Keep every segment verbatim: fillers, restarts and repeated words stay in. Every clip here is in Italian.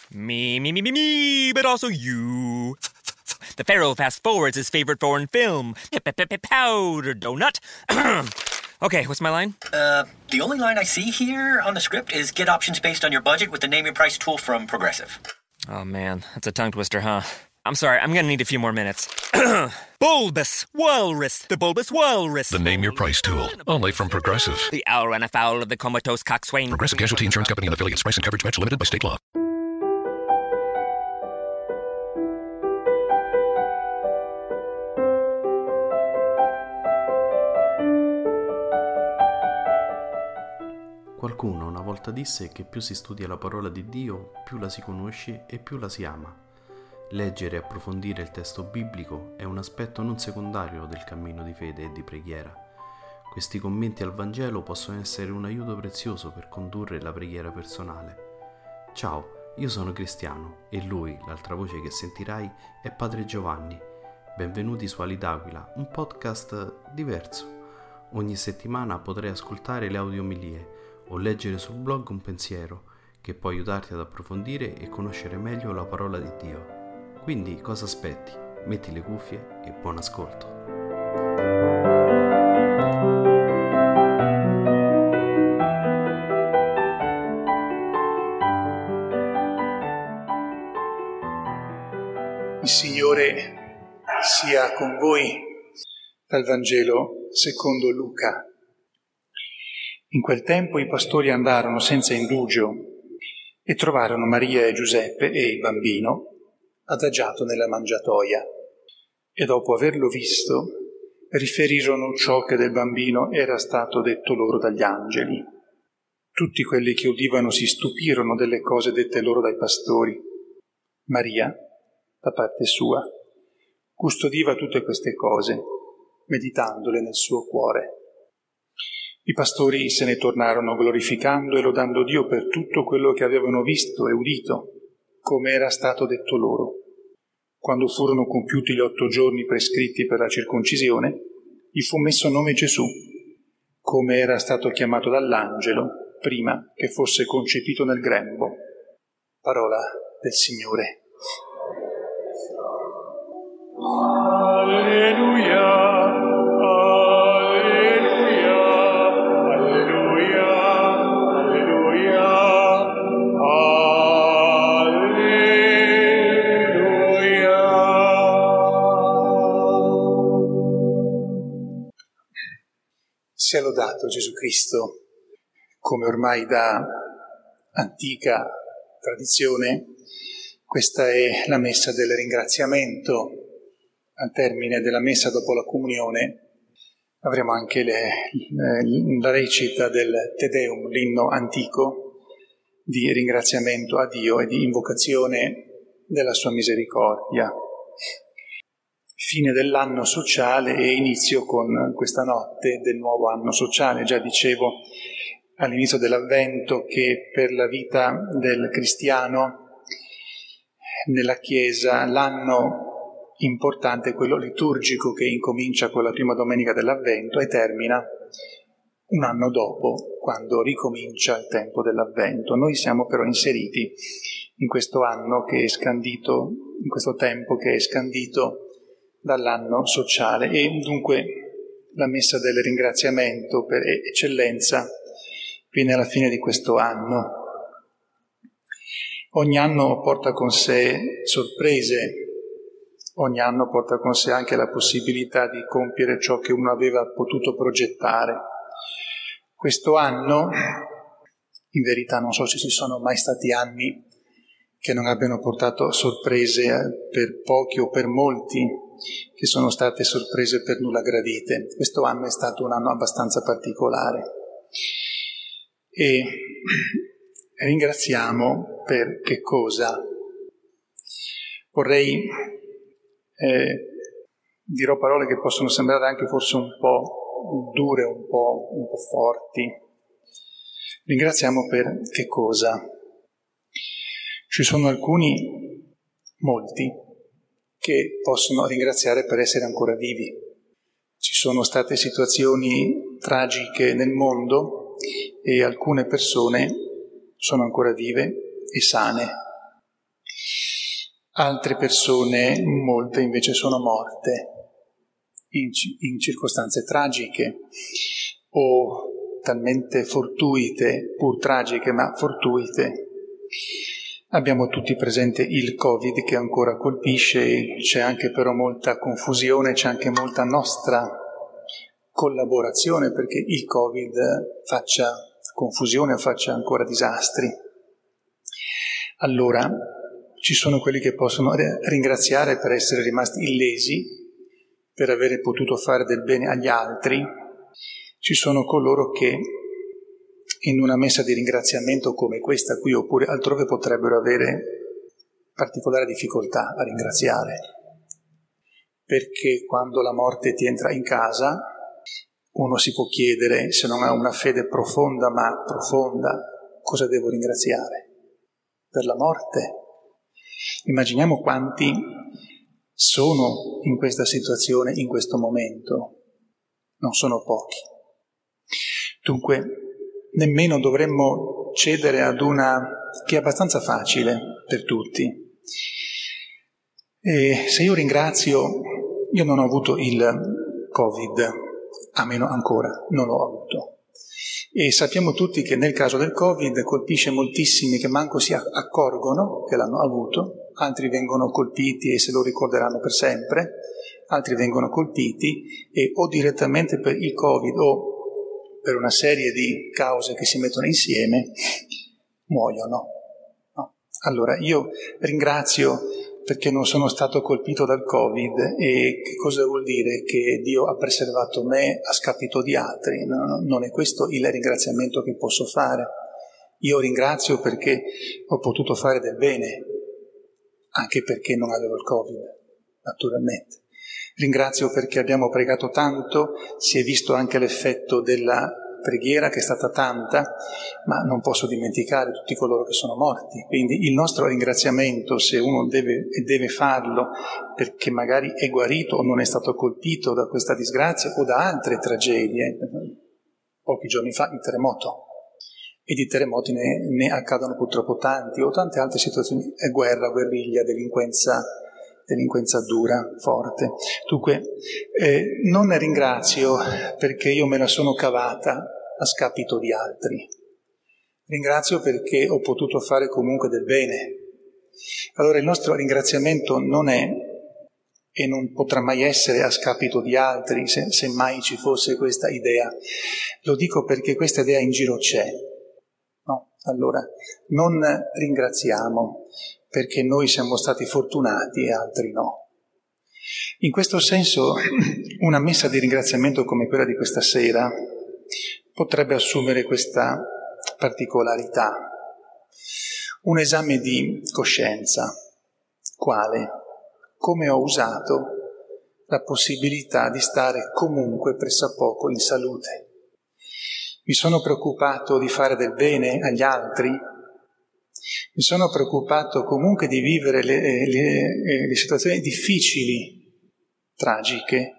Me, me, me, me, me, but also you. The Pharaoh fast forwards his favorite foreign film, Powder Donut. Okay, what's my line? Uh, the only line I see here on the script is get options based on your budget with the Name Your Price tool from Progressive. Oh man, that's a tongue twister, huh? I'm sorry, I'm gonna need a few more minutes. Bulbous Walrus, the Bulbous Walrus. The Name Your Price tool, only from Progressive. The owl ran afoul of the comatose coxswain. Progressive Casualty Insurance Company and affiliates. Price and coverage match limited by state law. Qualcuno una volta disse che più si studia la parola di Dio, più la si conosce e più la si ama. Leggere e approfondire il testo biblico è un aspetto non secondario del cammino di fede e di preghiera. Questi commenti al Vangelo possono essere un aiuto prezioso per condurre la preghiera personale. Ciao, io sono Cristiano e lui, l'altra voce che sentirai, è Padre Giovanni. Benvenuti su Ali d'Aquila, un podcast diverso. Ogni settimana potrai ascoltare le audiomilie o leggere sul blog un pensiero che può aiutarti ad approfondire e conoscere meglio la parola di Dio. Quindi cosa aspetti? Metti le cuffie e buon ascolto. Il Signore sia con voi. Dal Vangelo secondo Luca. In quel tempo i pastori andarono senza indugio e trovarono Maria e Giuseppe e il bambino adagiato nella mangiatoia. E dopo averlo visto, riferirono ciò che del bambino era stato detto loro dagli angeli. Tutti quelli che udivano si stupirono delle cose dette loro dai pastori. Maria, da parte sua, custodiva tutte queste cose, meditandole nel suo cuore. I pastori se ne tornarono glorificando e lodando Dio per tutto quello che avevano visto e udito, come era stato detto loro. Quando furono compiuti gli otto giorni prescritti per la circoncisione, gli fu messo nome Gesù, come era stato chiamato dall'angelo prima che fosse concepito nel grembo. Parola del Signore. Alleluia. Sia lodato Gesù Cristo. Come ormai da antica tradizione, questa è la messa del ringraziamento. Al termine della messa dopo la comunione avremo anche le, le, la recita del Te Deum, l'inno antico di ringraziamento a Dio e di invocazione della sua misericordia. Fine dell'anno sociale e inizio con questa notte del nuovo anno sociale. Già dicevo all'inizio dell'Avvento che per la vita del cristiano nella Chiesa l'anno importante è quello liturgico che incomincia con la prima domenica dell'Avvento e termina un anno dopo, quando ricomincia il tempo dell'Avvento. Noi siamo però inseriti in questo anno che è scandito, in questo tempo che è scandito dall'anno sociale e dunque la messa del ringraziamento per eccellenza viene alla fine di questo anno. Ogni anno porta con sé sorprese, ogni anno porta con sé anche la possibilità di compiere ciò che uno aveva potuto progettare. Questo anno, in verità non so se ci sono mai stati anni che non abbiano portato sorprese per pochi o per molti, che sono state sorprese per nulla gradite. Questo anno è stato un anno abbastanza particolare e ringraziamo per che cosa? Vorrei, eh, dirò parole che possono sembrare anche forse un po' dure, un po', un po' forti. Ringraziamo per che cosa? Ci sono alcuni, molti, che possono ringraziare per essere ancora vivi. Ci sono state situazioni tragiche nel mondo e alcune persone sono ancora vive e sane. altre persone, molte invece sono morte in, in circostanze tragiche o talmente fortuite, pur tragiche ma fortuite. Abbiamo tutti presente il Covid che ancora colpisce, c'è anche però molta confusione, c'è anche molta nostra collaborazione perché il Covid faccia confusione o faccia ancora disastri. Allora, ci sono quelli che possono ringraziare per essere rimasti illesi, per avere potuto fare del bene agli altri. Ci sono coloro che in una messa di ringraziamento come questa qui oppure altrove potrebbero avere particolare difficoltà a ringraziare, perché quando la morte ti entra in casa uno si può chiedere, se non ha una fede profonda ma profonda, cosa devo ringraziare? Per la morte? Immaginiamo quanti sono in questa situazione in questo momento, non sono pochi. Dunque, nemmeno dovremmo cedere ad una che è abbastanza facile per tutti. E se io ringrazio, io non ho avuto il Covid, a meno ancora, non l'ho avuto. E sappiamo tutti che nel caso del Covid colpisce moltissimi che manco si accorgono che l'hanno avuto, altri vengono colpiti e se lo ricorderanno per sempre, altri vengono colpiti e o direttamente per il Covid o per una serie di cause che si mettono insieme, muoiono. No? Allora, io ringrazio perché non sono stato colpito dal Covid e che cosa vuol dire? Che Dio ha preservato me a scapito di altri. No, non è questo il ringraziamento che posso fare. Io ringrazio perché ho potuto fare del bene, anche perché non avevo il Covid, naturalmente. Ringrazio perché abbiamo pregato tanto, si è visto anche l'effetto della preghiera che è stata tanta, ma non posso dimenticare tutti coloro che sono morti. Quindi il nostro ringraziamento, se uno deve e deve farlo perché magari è guarito o non è stato colpito da questa disgrazia o da altre tragedie, pochi giorni fa il terremoto, e di terremoti ne, ne accadono purtroppo tanti, o tante altre situazioni, guerra, guerriglia, delinquenza, delinquenza dura, forte. Dunque, eh, non ne ringrazio perché io me la sono cavata a scapito di altri. Ringrazio perché ho potuto fare comunque del bene. Allora il nostro ringraziamento non è e non potrà mai essere a scapito di altri, se, se mai ci fosse questa idea. Lo dico perché questa idea in giro c'è. No? Allora, non ringraziamo perché noi siamo stati fortunati e altri no. In questo senso, una messa di ringraziamento come quella di questa sera potrebbe assumere questa particolarità. Un esame di coscienza. Quale? Come ho usato la possibilità di stare comunque pressappoco in salute? Mi sono preoccupato di fare del bene agli altri? Mi sono preoccupato comunque di vivere le, le, le situazioni difficili, tragiche,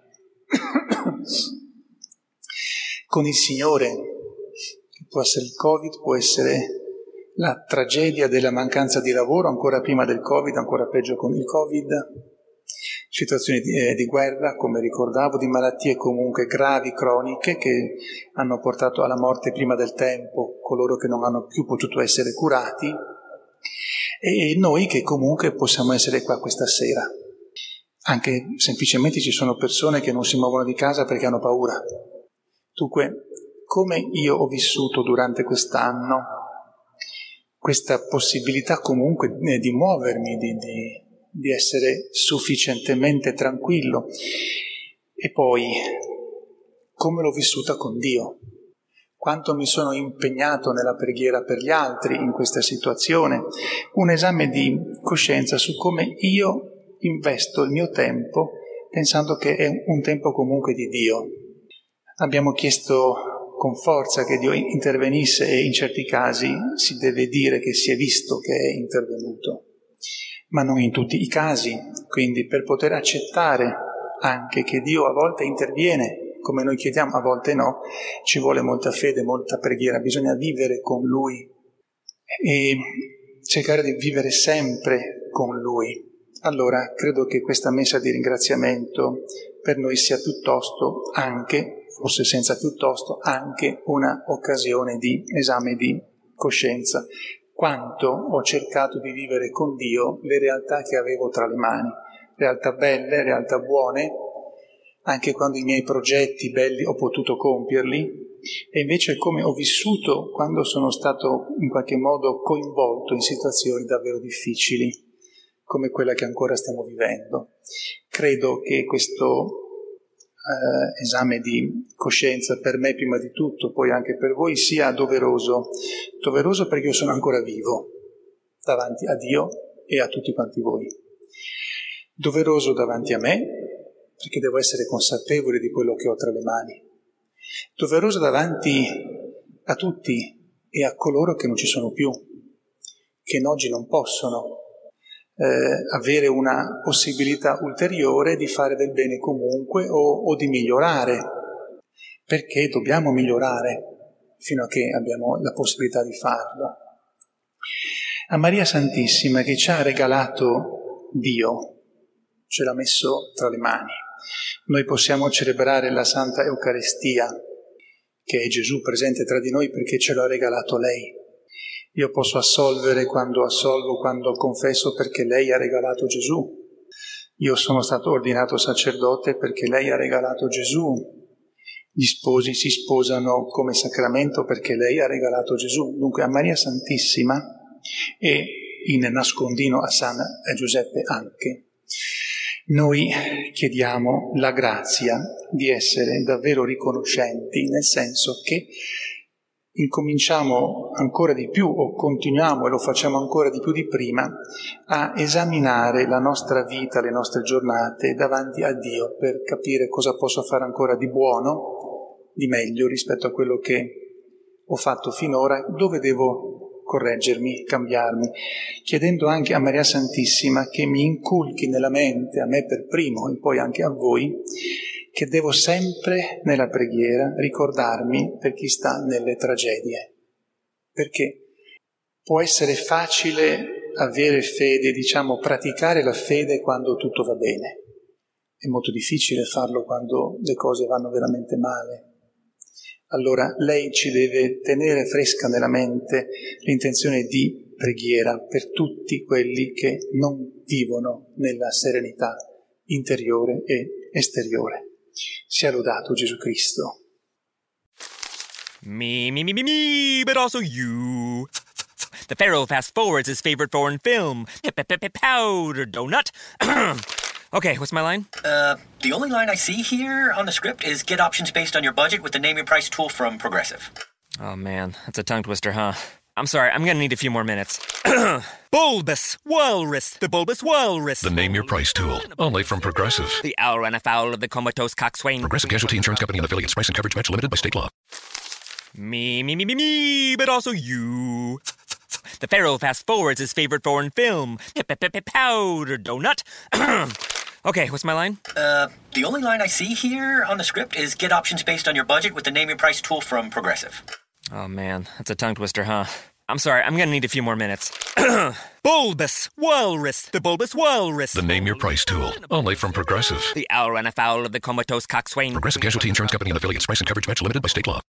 con il Signore, che può essere il Covid, può essere la tragedia della mancanza di lavoro, ancora prima del Covid, ancora peggio con il Covid, situazioni di, eh, di guerra, come ricordavo, di malattie comunque gravi, croniche, che hanno portato alla morte prima del tempo coloro che non hanno più potuto essere curati, e noi che comunque possiamo essere qua questa sera. Anche semplicemente ci sono persone che non si muovono di casa perché hanno paura. Dunque, come io ho vissuto durante quest'anno questa possibilità comunque di muovermi, di, di, di essere sufficientemente tranquillo, e poi come l'ho vissuta con Dio, quanto mi sono impegnato nella preghiera per gli altri in questa situazione, un esame di coscienza su come io investo il mio tempo pensando che è un tempo comunque di Dio. Abbiamo chiesto con forza che Dio intervenisse e in certi casi si deve dire che si è visto che è intervenuto, ma non in tutti i casi. Quindi per poter accettare anche che Dio a volte interviene come noi chiediamo, a volte no, ci vuole molta fede, molta preghiera, bisogna vivere con Lui e cercare di vivere sempre con Lui. allora credo che questa messa di ringraziamento per noi sia piuttosto anche, forse senza piuttosto, anche una occasione di esame di coscienza. Quanto ho cercato di vivere con Dio le realtà che avevo tra le mani, realtà belle, realtà buone, anche quando i miei progetti belli ho potuto compierli, e invece come ho vissuto quando sono stato in qualche modo coinvolto in situazioni davvero difficili, come quella che ancora stiamo vivendo. Credo che questo eh, esame di coscienza per me prima di tutto, poi anche per voi, sia doveroso, doveroso perché io sono ancora vivo davanti a Dio e a tutti quanti voi. Doveroso davanti a me, perché devo essere consapevole di quello che ho tra le mani. Doveroso davanti a tutti e a coloro che non ci sono più, che oggi non possono eh, avere una possibilità ulteriore di fare del bene comunque o, o di migliorare, perché dobbiamo migliorare fino a che abbiamo la possibilità di farlo. A Maria Santissima, che ci ha regalato Dio, ce l'ha messo tra le mani. Noi possiamo celebrare la Santa Eucaristia, che è Gesù presente tra di noi perché ce l'ha regalato lei. Io posso assolvere quando assolvo, quando confesso, perché lei ha regalato Gesù. Io sono stato ordinato sacerdote perché lei ha regalato Gesù. Gli sposi si sposano come sacramento perché lei ha regalato Gesù. Dunque a Maria Santissima e in nascondino a San Giuseppe anche, noi chiediamo la grazia di essere davvero riconoscenti, nel senso che incominciamo ancora di più, o continuiamo e lo facciamo ancora di più di prima, a esaminare la nostra vita, le nostre giornate davanti a Dio per capire cosa posso fare ancora di buono, di meglio rispetto a quello che ho fatto finora, dove devo correggermi, cambiarmi, chiedendo anche a Maria Santissima che mi inculchi nella mente, a me per primo e poi anche a voi, che devo sempre nella preghiera ricordarmi per chi sta nelle tragedie. Perché può essere facile avere fede, diciamo praticare la fede quando tutto va bene. È molto difficile farlo quando le cose vanno veramente male. Allora lei ci deve tenere fresca nella mente l'intenzione di preghiera per tutti quelli che non vivono nella serenità interiore e esteriore. Sia lodato Gesù Cristo. Me, me, me, me, me, but also you. The Pharaoh fast forwards his favorite foreign film, Powder Donut. Okay, what's my line? Uh, the only line I see here on the script is get options based on your budget with the Name Your Price tool from Progressive. Oh man, that's a tongue twister, huh? I'm sorry, I'm gonna need a few more minutes. Bulbous Walrus, the Bulbous Walrus. The Name Your Price tool, only from Progressive. The owl ran afoul of the comatose coxswain. Progressive Casualty Insurance Company and affiliates. Price and coverage match limited by state law. Me, me, me, me, me, but also you. The Pharaoh fast forwards his favorite foreign film, Powder Donut. Okay, what's my line? Uh, the only line I see here on the script is get options based on your budget with the Name Your Price tool from Progressive. Oh man, that's a tongue twister, huh? I'm sorry, I'm gonna need a few more minutes. Bulbous Walrus, the Bulbous Walrus. The Name Your Price tool, only from Progressive. The owl ran afoul of the comatose coxswain. Progressive Casualty Insurance Company and affiliates. Price and coverage match limited by state law.